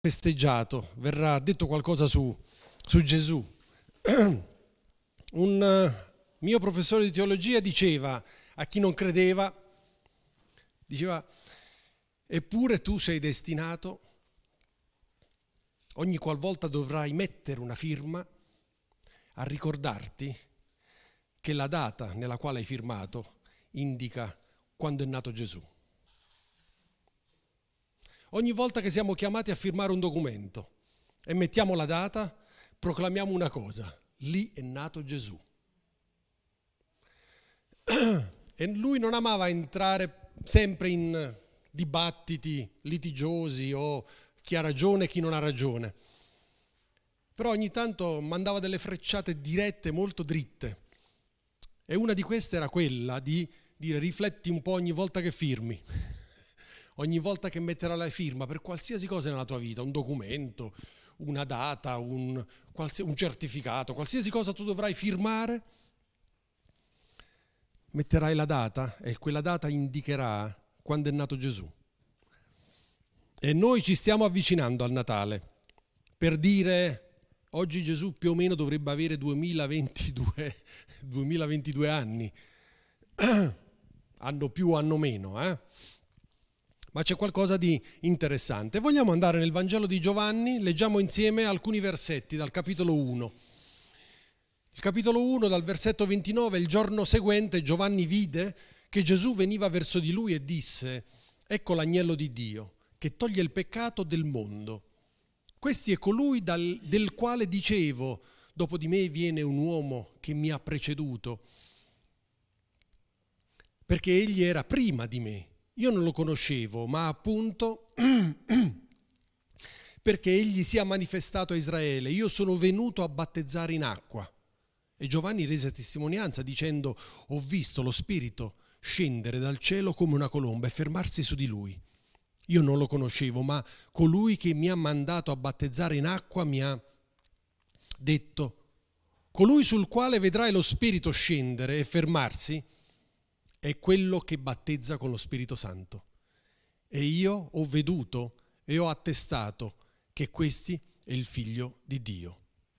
festeggiato, verrà detto qualcosa su Gesù. Un mio professore di teologia diceva a chi non credeva, diceva: eppure tu sei destinato, ogni qualvolta dovrai mettere una firma, a ricordarti che la data nella quale hai firmato indica quando è nato Gesù. Ogni volta che siamo chiamati a firmare un documento e mettiamo la data, proclamiamo una cosa: lì è nato Gesù. E lui non amava entrare sempre in dibattiti litigiosi o chi ha ragione e chi non ha ragione. Però ogni tanto mandava delle frecciate dirette, molto dritte. E una di queste era quella di dire: rifletti un po' ogni volta che firmi, ogni volta che metterai la firma per qualsiasi cosa nella tua vita, un documento, una data, un certificato, qualsiasi cosa tu dovrai firmare, metterai la data e quella data indicherà quando è nato Gesù. E noi ci stiamo avvicinando al Natale per dire: oggi Gesù più o meno dovrebbe avere 2022 anni, anno più, anno meno, ma c'è qualcosa di interessante. Vogliamo andare nel Vangelo di Giovanni, leggiamo insieme alcuni versetti dal capitolo 1. Il capitolo 1, dal versetto 29, il giorno seguente Giovanni vide che Gesù veniva verso di lui e disse: ecco l'agnello di Dio, che toglie il peccato del mondo. Questi è colui del quale dicevo: dopo di me viene un uomo che mi ha preceduto, perché egli era prima di me. Io non lo conoscevo, ma appunto perché egli sia manifestato a Israele, io sono venuto a battezzare in acqua. E Giovanni rese testimonianza dicendo: ho visto lo Spirito scendere dal cielo come una colomba e fermarsi su di lui. Io non lo conoscevo, ma colui che mi ha mandato a battezzare in acqua mi ha detto: colui sul quale vedrai lo Spirito scendere e fermarsi è quello che battezza con lo Spirito Santo. E io ho veduto e ho attestato che questi è il Figlio di Dio.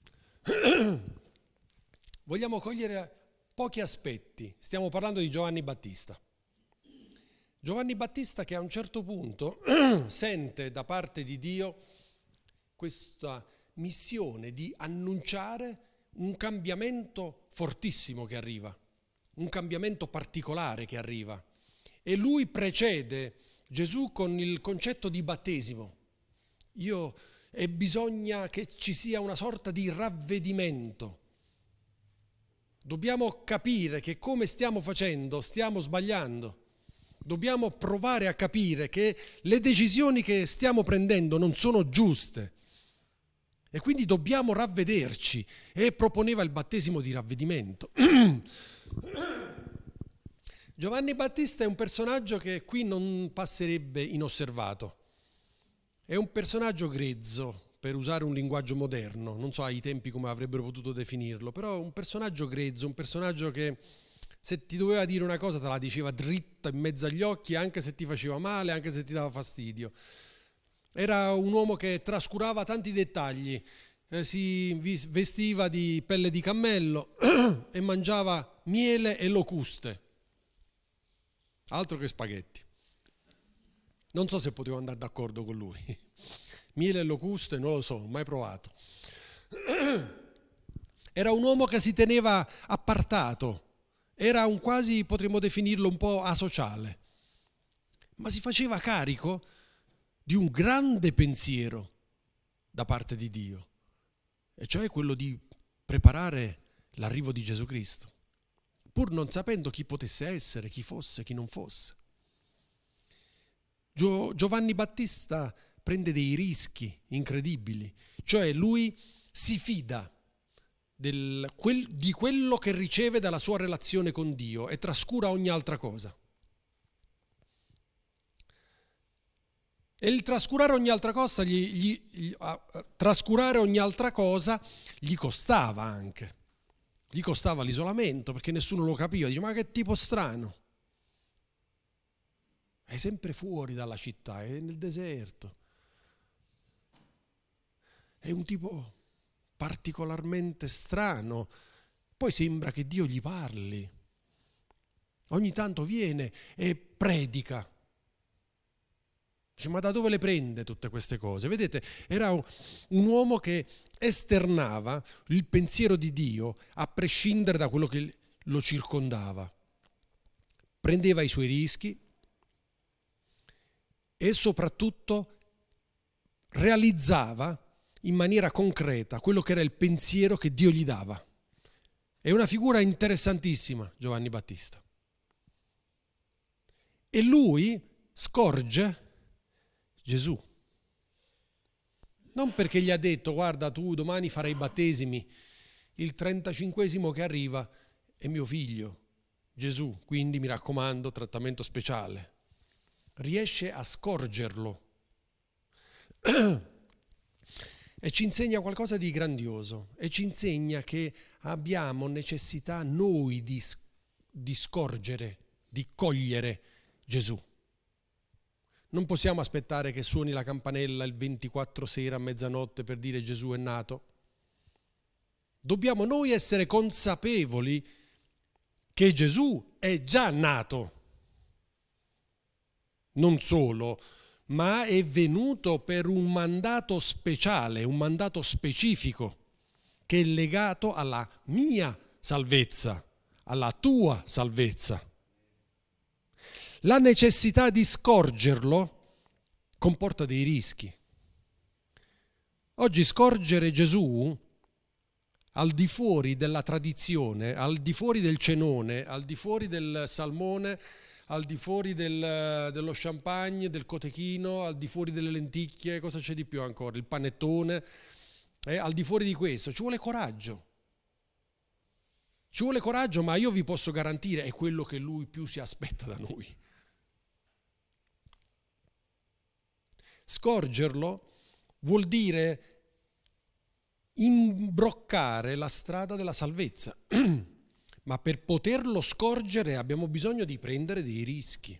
Vogliamo cogliere pochi aspetti. Stiamo parlando di Giovanni Battista. Giovanni Battista che a un certo punto sente da parte di Dio questa missione di annunciare un cambiamento fortissimo che arriva, un cambiamento particolare che arriva. E lui precede Gesù con il concetto di battesimo. E bisogna che ci sia una sorta di ravvedimento. Dobbiamo capire che come stiamo facendo stiamo sbagliando. Dobbiamo provare a capire che le decisioni che stiamo prendendo non sono giuste e quindi dobbiamo ravvederci, e proponeva il battesimo di ravvedimento. Giovanni Battista è un personaggio che qui non passerebbe inosservato. È un personaggio grezzo, per usare un linguaggio moderno, non so ai tempi come avrebbero potuto definirlo, però un personaggio grezzo, un personaggio che se ti doveva dire una cosa te la diceva dritta in mezzo agli occhi, anche se ti faceva male, anche se ti dava fastidio. Era un uomo che trascurava tanti dettagli, si vestiva di pelle di cammello e mangiava miele e locuste, altro che spaghetti. Non so se potevo andare d'accordo con lui. Miele e locuste, non lo so, mai provato. Era un uomo che si teneva appartato. Era un quasi, potremmo definirlo, un po' asociale, ma si faceva carico di un grande pensiero da parte di Dio, e cioè quello di preparare l'arrivo di Gesù Cristo, pur non sapendo chi potesse essere, chi fosse, chi non fosse. Giovanni Battista prende dei rischi incredibili, cioè lui si fida di quello che riceve dalla sua relazione con Dio e trascura ogni altra cosa. E il trascurare ogni altra cosa trascurare ogni altra cosa gli costava anche. Gli costava l'isolamento, perché nessuno lo capiva. Dice: ma che tipo strano. È sempre fuori dalla città, è nel deserto. è un tipo particolarmente strano. Poi sembra che Dio gli parli. Ogni tanto viene e predica. Dice, ma da dove le prende tutte queste cose? Vedete, era un uomo che esternava il pensiero di Dio a prescindere da quello che lo circondava. Prendeva i suoi rischi e soprattutto realizzava in maniera concreta quello che era il pensiero che Dio gli dava. È una figura interessantissima, Giovanni Battista. E lui scorge Gesù. Non perché gli ha detto, guarda, tu domani farai i battesimi, il 35esimo che arriva è mio figlio, Gesù, quindi mi raccomando, trattamento speciale. Riesce a scorgerlo e ci insegna qualcosa di grandioso, e ci insegna che abbiamo necessità noi di scorgere, di cogliere Gesù. Non possiamo aspettare che suoni la campanella il 24 sera a mezzanotte per dire Gesù è nato. Dobbiamo noi essere consapevoli che Gesù è già nato. Non solo, ma è venuto per un mandato speciale, un mandato specifico, che è legato alla mia salvezza, alla tua salvezza. La necessità di scorgerlo comporta dei rischi. Oggi scorgere Gesù al di fuori della tradizione, al di fuori del cenone, al di fuori del salmone, al di fuori dello champagne, del cotechino, al di fuori delle lenticchie, cosa c'è di più ancora? Il panettone, al di fuori di questo ci vuole coraggio. Ci vuole coraggio, ma io vi posso garantire è quello che lui più si aspetta da noi. Scorgerlo vuol dire imbroccare la strada della salvezza, ma per poterlo scorgere abbiamo bisogno di prendere dei rischi.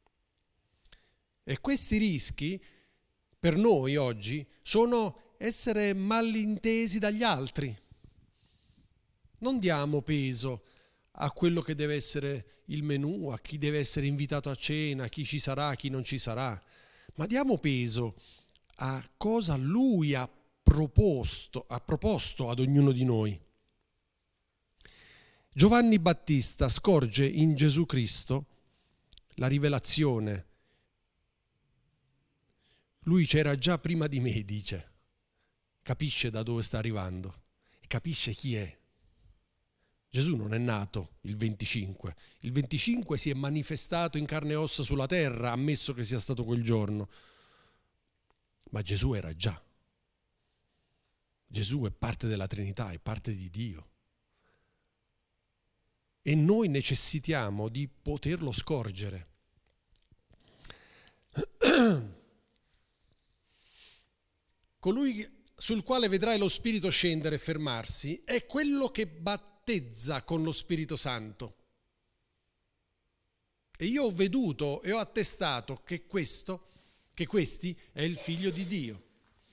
E questi rischi per noi oggi sono essere malintesi dagli altri. Non diamo peso a quello che deve essere il menù, a chi deve essere invitato a cena, chi ci sarà, chi non ci sarà, ma diamo peso a cosa lui ha proposto ad ognuno di noi. Giovanni Battista scorge in Gesù Cristo la rivelazione. Lui c'era già prima di me, dice. Capisce da dove sta arrivando e capisce chi è. Gesù non è nato il 25. Il 25 si è manifestato in carne e ossa sulla terra, ammesso che sia stato quel giorno. Ma Gesù era già. Gesù è parte della Trinità, è parte di Dio. E noi necessitiamo di poterlo scorgere. Colui sul quale vedrai lo Spirito scendere e fermarsi è quello che battezza con lo Spirito Santo. E io ho veduto e ho attestato che questi è il Figlio di Dio.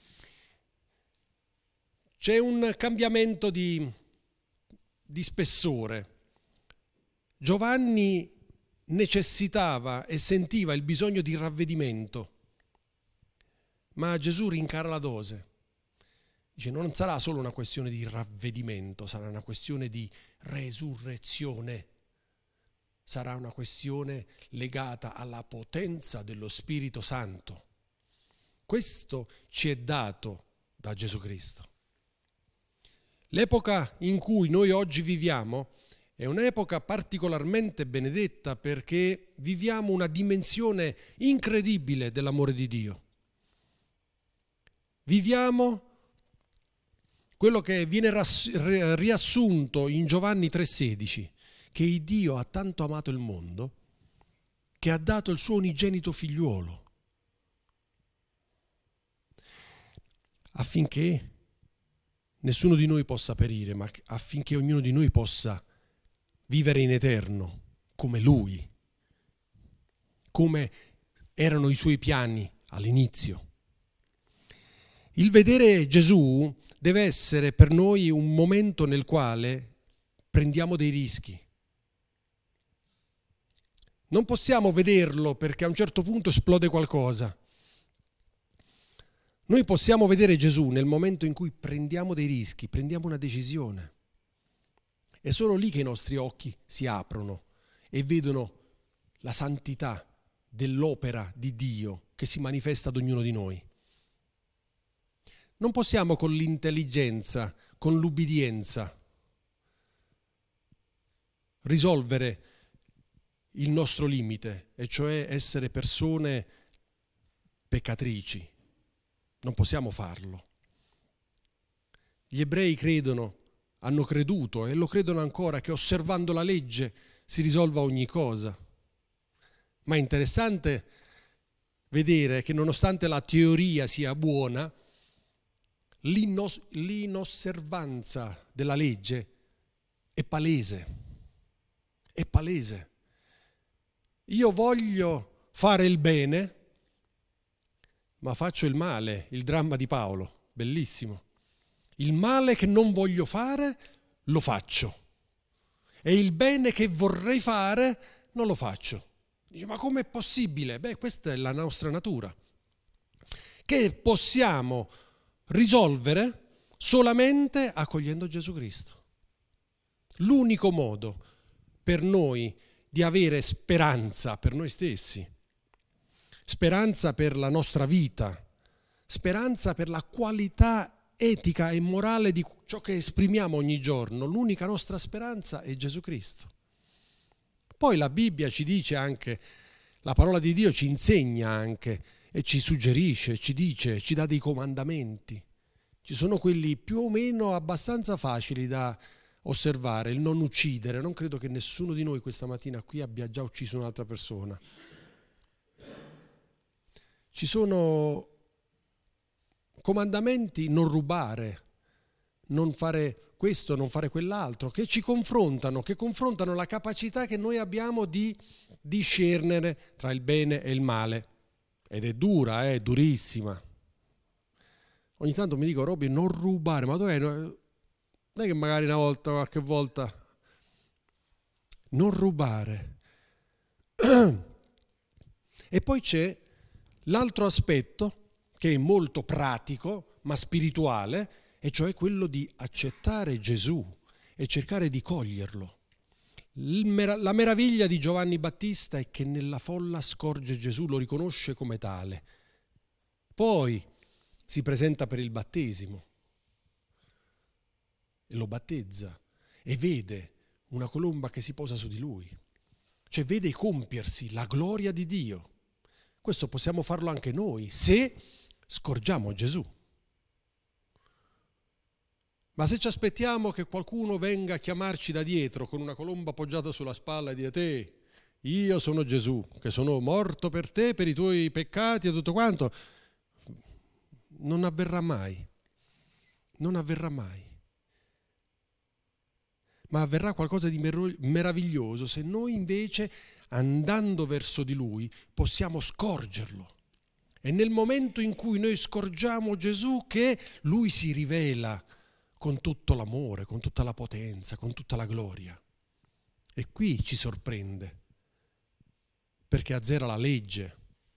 C'è un cambiamento di spessore. Giovanni necessitava e sentiva il bisogno di ravvedimento, ma Gesù rincara la dose. Dice, non sarà solo una questione di ravvedimento, sarà una questione di resurrezione. Sarà una questione legata alla potenza dello Spirito Santo. Questo ci è dato da Gesù Cristo. L'epoca in cui noi oggi viviamo è un'epoca particolarmente benedetta perché viviamo una dimensione incredibile dell'amore di Dio. Viviamo quello che viene riassunto in Giovanni 3,16, che Dio ha tanto amato il mondo che ha dato il suo unigenito figliuolo affinché nessuno di noi possa perire, ma affinché ognuno di noi possa vivere in eterno come Lui, come erano i suoi piani all'inizio. Il vedere Gesù deve essere per noi un momento nel quale prendiamo dei rischi. Non possiamo vederlo perché a un certo punto esplode qualcosa. Noi possiamo vedere Gesù nel momento in cui prendiamo dei rischi, prendiamo una decisione. È solo lì che i nostri occhi si aprono e vedono la santità dell'opera di Dio che si manifesta ad ognuno di noi. Non possiamo con l'intelligenza, con l'ubbidienza, risolvere il nostro limite, e cioè essere persone peccatrici. Non possiamo farlo. Gli ebrei hanno creduto e lo credono ancora, che osservando la legge si risolva ogni cosa. Ma è interessante vedere che nonostante la teoria sia buona, l'inosservanza della legge è palese. È palese. Io voglio fare il bene, ma faccio il male, il dramma di Paolo, bellissimo. Il male che non voglio fare, lo faccio. E il bene che vorrei fare, non lo faccio. Dice, ma com'è possibile? Beh, questa è la nostra natura, che possiamo risolvere solamente accogliendo Gesù Cristo. L'unico modo per noi di avere speranza per noi stessi, speranza per la nostra vita, speranza per la qualità etica e morale di ciò che esprimiamo ogni giorno, l'unica nostra speranza è Gesù Cristo. Poi la Bibbia ci dice anche, la parola di Dio ci insegna anche e ci suggerisce, ci dice, ci dà dei comandamenti. Ci sono quelli più o meno abbastanza facili da osservare, il non uccidere. Non credo che nessuno di noi questa mattina qui abbia già ucciso un'altra persona. Ci sono comandamenti: non rubare, non fare questo, non fare quell'altro, che ci confrontano, che confrontano la capacità che noi abbiamo di discernere tra il bene e il male. Ed è dura, è durissima. Ogni tanto mi dico, Robby, non rubare, ma dov'è? Non è che magari una volta, qualche volta, non rubare. E poi c'è l'altro aspetto che è molto pratico, ma spirituale, e cioè quello di accettare Gesù e cercare di coglierlo. La meraviglia di Giovanni Battista è che nella folla scorge Gesù, lo riconosce come tale. Poi si presenta per il battesimo e lo battezza e vede una colomba che si posa su di lui. Cioè vede compiersi la gloria di Dio. Questo possiamo farlo anche noi se scorgiamo Gesù. Ma se ci aspettiamo che qualcuno venga a chiamarci da dietro con una colomba appoggiata sulla spalla e dire: te, io sono Gesù, che sono morto per te, per i tuoi peccati e tutto quanto, non avverrà mai. Non avverrà mai. Ma avverrà qualcosa di meraviglioso se noi invece, andando verso di Lui, possiamo scorgerlo. E nel momento in cui noi scorgiamo Gesù, che Lui si rivela con tutto l'amore, con tutta la potenza, con tutta la gloria. E qui ci sorprende, perché azzera la legge,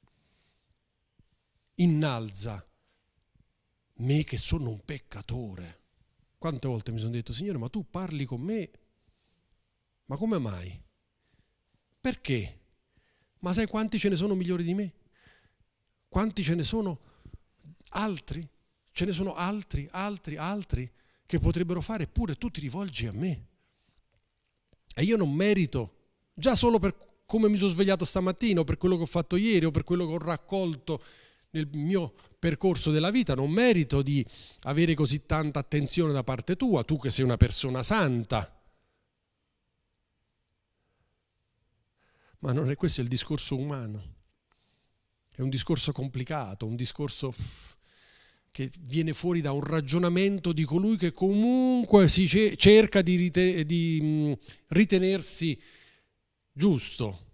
innalza me che sono un peccatore. Quante volte mi sono detto: Signore, ma tu parli con me, ma come mai? Perché? Ma sai quanti ce ne sono migliori di me? Quanti ce ne sono altri? Ce ne sono altri che potrebbero fare, eppure tu ti rivolgi a me. E io non merito, già solo per come mi sono svegliato stamattina, o per quello che ho fatto ieri, o per quello che ho raccolto nel mio percorso della vita, non merito di avere così tanta attenzione da parte tua, tu che sei una persona santa. Ma non è questo il discorso umano. È un discorso complicato, un discorso che viene fuori da un ragionamento di colui che comunque cerca di ritenersi giusto.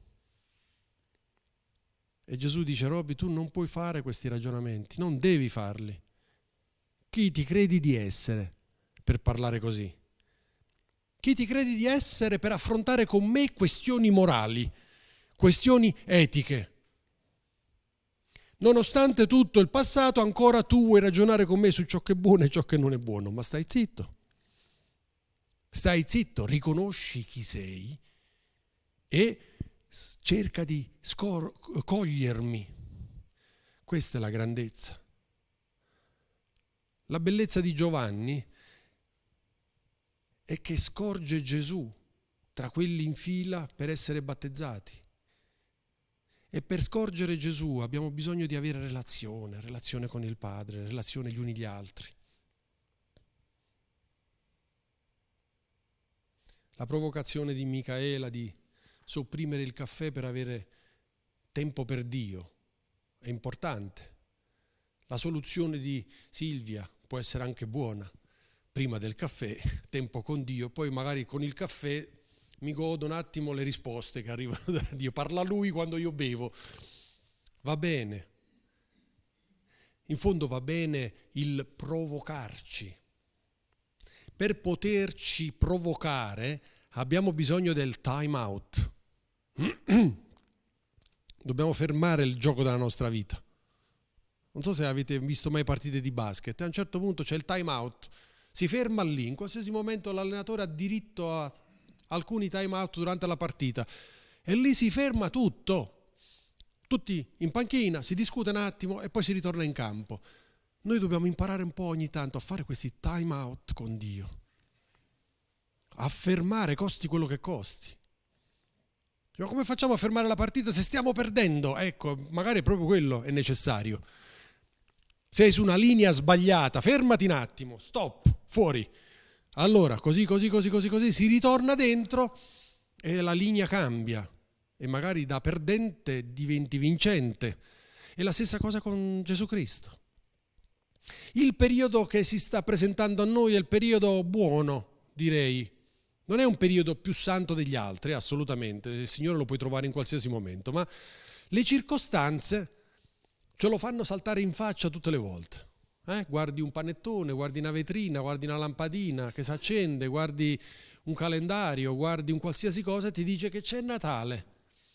E Gesù dice: Robby, tu non puoi fare questi ragionamenti, non devi farli. Chi ti credi di essere per parlare così? Chi ti credi di essere per affrontare con me questioni morali, questioni etiche? Nonostante tutto il passato, ancora tu vuoi ragionare con me su ciò che è buono e ciò che non è buono, ma stai zitto. Stai zitto, riconosci chi sei e cerca di cogliermi. Questa è la grandezza. La bellezza di Giovanni è che scorge Gesù tra quelli in fila per essere battezzati. E per scorgere Gesù abbiamo bisogno di avere relazione con il Padre, relazione gli uni gli altri. La provocazione di Micaela di sopprimere il caffè per avere tempo per Dio è importante. La soluzione di Silvia può essere anche buona. Prima del caffè, tempo con Dio, poi magari con il caffè mi godo un attimo le risposte che arrivano da Dio. Parla Lui quando io bevo. Va bene. In fondo va bene il provocarci. Per poterci provocare abbiamo bisogno del time out. Dobbiamo fermare il gioco della nostra vita. Non so se avete visto mai partite di basket. A un certo punto c'è il time out. Si ferma lì. In qualsiasi momento l'allenatore ha diritto a alcuni time out durante la partita. E lì si ferma tutto. Tutti in panchina, si discute un attimo e poi si ritorna in campo. Noi dobbiamo imparare un po' ogni tanto a fare questi time out con Dio. A fermare, costi quello che costi. Ma come facciamo a fermare la partita se stiamo perdendo? Ecco, magari proprio quello è necessario. Sei su una linea sbagliata, fermati un attimo, stop, fuori. Allora, così, si ritorna dentro e la linea cambia. E magari da perdente diventi vincente. È la stessa cosa con Gesù Cristo. Il periodo che si sta presentando a noi è il periodo buono, direi. Non è un periodo più santo degli altri, assolutamente. Il Signore lo puoi trovare in qualsiasi momento, ma le circostanze ce lo fanno saltare in faccia tutte le volte. Guardi un panettone, guardi una vetrina, guardi una lampadina che si accende, guardi un calendario, guardi un qualsiasi cosa e ti dice che c'è Natale.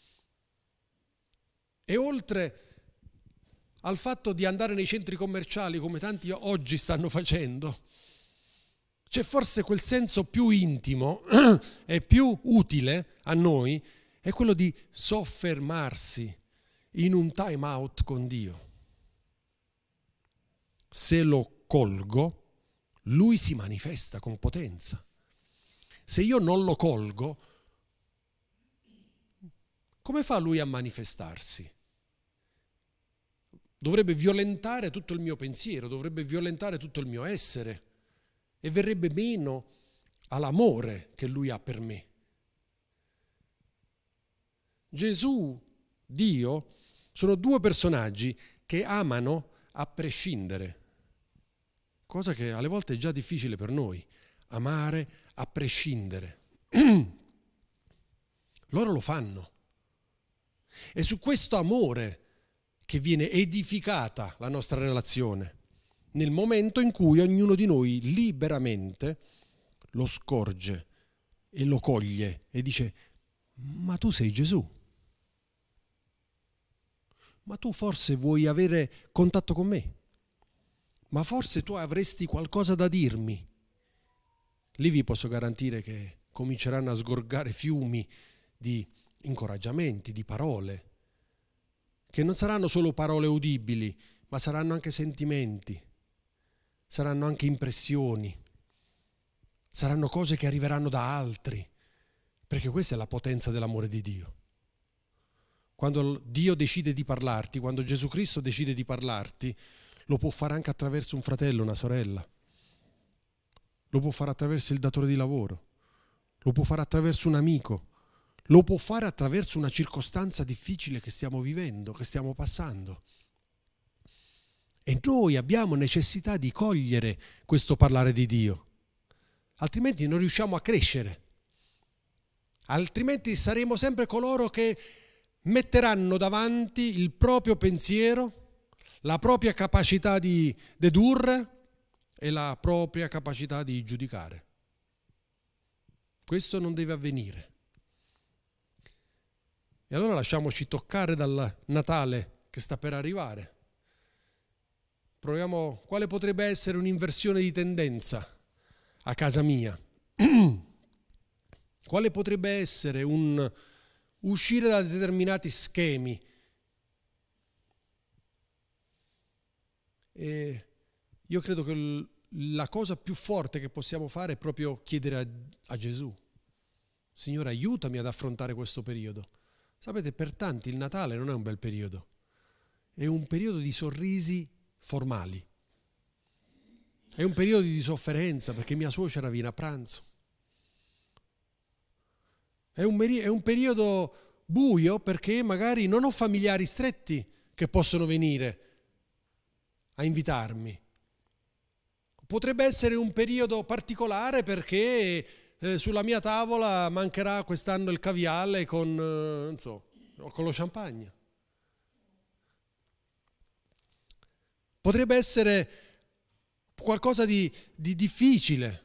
E oltre al fatto di andare nei centri commerciali come tanti oggi stanno facendo, c'è forse quel senso più intimo e più utile a noi, è quello di soffermarsi in un time out con Dio. Se lo colgo, Lui si manifesta con potenza. Se io non lo colgo, come fa Lui a manifestarsi? Dovrebbe violentare tutto il mio pensiero, dovrebbe violentare tutto il mio essere e verrebbe meno all'amore che Lui ha per me. Gesù, Dio, sono due personaggi che amano a prescindere, cosa che alle volte è già difficile per noi, amare a prescindere. Loro lo fanno. È su questo amore che viene edificata la nostra relazione, nel momento in cui ognuno di noi liberamente lo scorge e lo coglie e dice: ma tu sei Gesù, ma tu forse vuoi avere contatto con me, ma forse tu avresti qualcosa da dirmi. Lì vi posso garantire che cominceranno a sgorgare fiumi di incoraggiamenti, di parole, che non saranno solo parole udibili, ma saranno anche sentimenti, saranno anche impressioni, saranno cose che arriveranno da altri, perché questa è la potenza dell'amore di Dio. Quando Dio decide di parlarti, quando Gesù Cristo decide di parlarti, lo può fare anche attraverso un fratello, una sorella, lo può fare attraverso il datore di lavoro, lo può fare attraverso un amico, lo può fare attraverso una circostanza difficile che stiamo vivendo, che stiamo passando. E noi abbiamo necessità di cogliere questo parlare di Dio, altrimenti non riusciamo a crescere, altrimenti saremo sempre coloro che metteranno davanti il proprio pensiero, la propria capacità di dedurre e la propria capacità di giudicare. Questo non deve avvenire. E allora lasciamoci toccare dal Natale che sta per arrivare. Proviamo quale potrebbe essere un'inversione di tendenza a casa mia. Quale potrebbe essere un uscire da determinati schemi. E io credo che la cosa più forte che possiamo fare è proprio chiedere a Gesù: Signore, aiutami ad affrontare questo periodo. Sapete, per tanti il Natale non è un bel periodo, è un periodo di sorrisi formali, è un periodo di sofferenza perché mia suocera viene a pranzo, è un periodo buio perché magari non ho familiari stretti che possono venire a invitarmi. Potrebbe essere un periodo particolare perché sulla mia tavola mancherà quest'anno il caviale con lo champagne. Potrebbe essere qualcosa di difficile.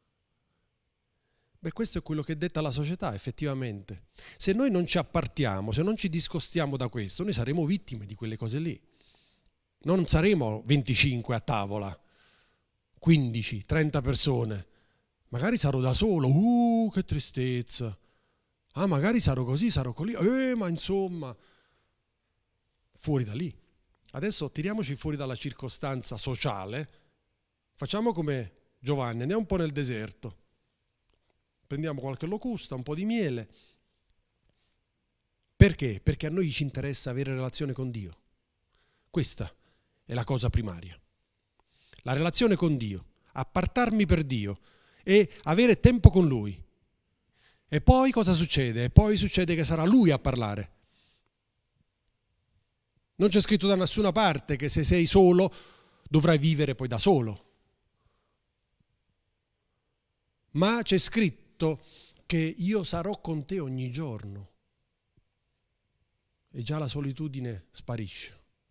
Beh, questo è quello che detta la società, effettivamente. Se noi non ci appartiamo, se non ci discostiamo da questo, noi saremo vittime di quelle cose lì. Non saremo 25 a tavola, 15, 30 persone. Magari sarò da solo, che tristezza. Ah, magari sarò così, sarò così. Ma insomma, fuori da lì. Adesso tiriamoci fuori dalla circostanza sociale. Facciamo come Giovanni, andiamo un po' nel deserto. Prendiamo qualche locusta, un po' di miele. Perché? Perché a noi ci interessa avere relazione con Dio. Questa è la cosa primaria. La relazione con Dio, appartarmi per Dio e avere tempo con Lui. E poi cosa succede? E poi succede che sarà Lui a parlare. Non c'è scritto da nessuna parte che se sei solo dovrai vivere poi da solo. Ma c'è scritto che io sarò con te ogni giorno. E già la solitudine sparisce.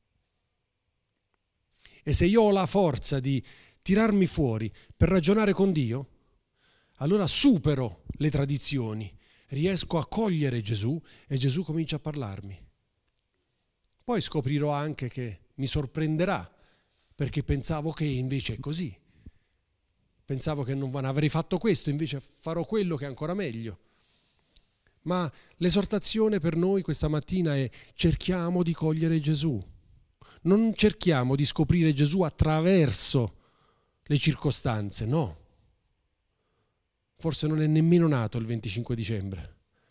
E se io ho la forza di tirarmi fuori per ragionare con Dio, allora supero le tradizioni, riesco a cogliere Gesù e Gesù comincia a parlarmi. Poi scoprirò anche che mi sorprenderà, perché pensavo che invece è così. Pensavo che non avrei fatto questo, invece farò quello che è ancora meglio. Ma l'esortazione per noi questa mattina è: cerchiamo di cogliere Gesù. Non cerchiamo di scoprire Gesù attraverso le circostanze, no. Forse non è nemmeno nato il 25 dicembre.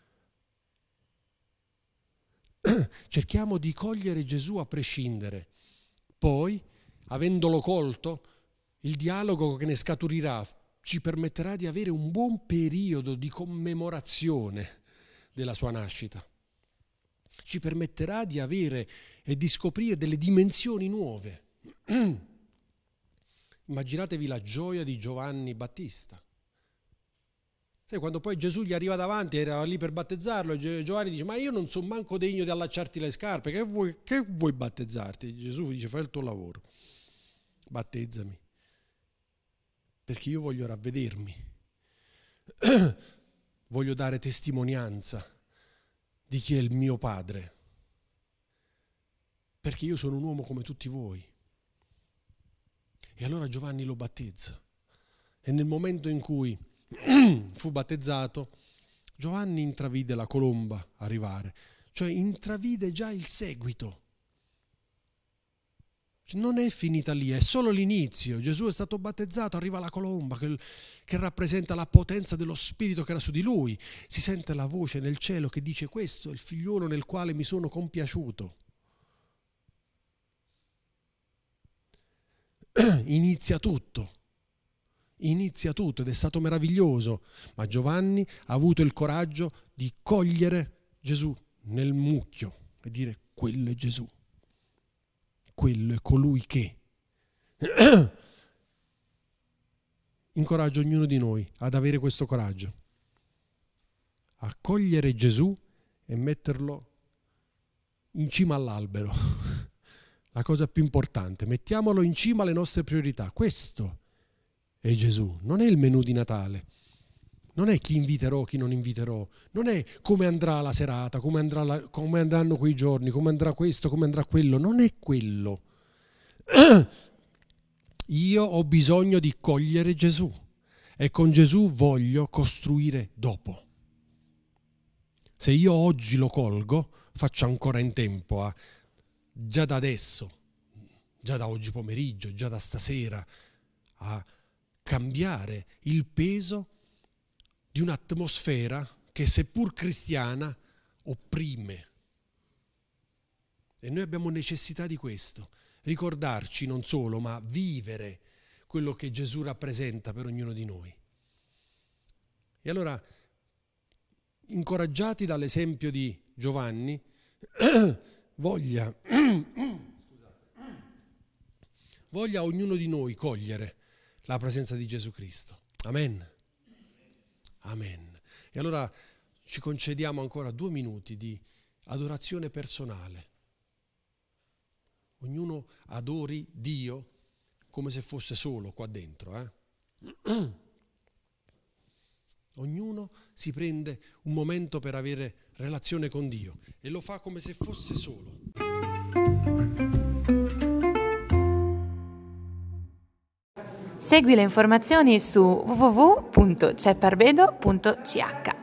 Cerchiamo di cogliere Gesù a prescindere. Poi, avendolo colto, il dialogo che ne scaturirà ci permetterà di avere un buon periodo di commemorazione della sua nascita. Ci permetterà di avere e di scoprire delle dimensioni nuove. Immaginatevi la gioia di Giovanni Battista. Sai, quando poi Gesù gli arriva davanti, era lì per battezzarlo, e Giovanni dice: ma io non sono manco degno di allacciarti le scarpe, che vuoi battezzarti? Gesù dice: fai il tuo lavoro, battezzami, perché io voglio ravvedermi, voglio dare testimonianza di chi è il mio Padre, perché io sono un uomo come tutti voi. E allora Giovanni lo battezza, e nel momento in cui fu battezzato, Giovanni intravide la colomba arrivare, cioè intravide già il seguito. Non è finita lì, è solo l'inizio. Gesù è stato battezzato, arriva la colomba che rappresenta la potenza dello Spirito che era su di lui. Si sente la voce nel cielo che dice: questo è il figliuolo nel quale mi sono compiaciuto. Inizia tutto ed è stato meraviglioso, ma Giovanni ha avuto il coraggio di cogliere Gesù nel mucchio e dire: quello è Gesù, quello è colui che. Incoraggio ognuno di noi ad avere questo coraggio, a cogliere Gesù e metterlo in cima all'albero. La cosa più importante, mettiamolo in cima alle nostre priorità. Questo è Gesù, non è il menù di Natale, non è chi inviterò, chi non inviterò, non è come andrà la serata, come andranno quei giorni, come andrà questo, come andrà quello, non è quello. Io ho bisogno di cogliere Gesù e con Gesù voglio costruire dopo. Se io oggi lo colgo, faccio ancora in tempo, già da adesso, già da oggi pomeriggio, già da stasera, a cambiare il peso di un'atmosfera che, seppur cristiana, opprime. E noi abbiamo necessità di questo, ricordarci non solo, ma vivere quello che Gesù rappresenta per ognuno di noi. E allora, incoraggiati dall'esempio di Giovanni, voglia ognuno di noi cogliere la presenza di Gesù Cristo. Amen. Amen. E allora ci concediamo ancora 2 minuti di adorazione personale. Ognuno adori Dio come se fosse solo qua dentro. Ognuno si prende un momento per avere relazione con Dio e lo fa come se fosse solo. Segui le informazioni su www.cepparbedo.ch.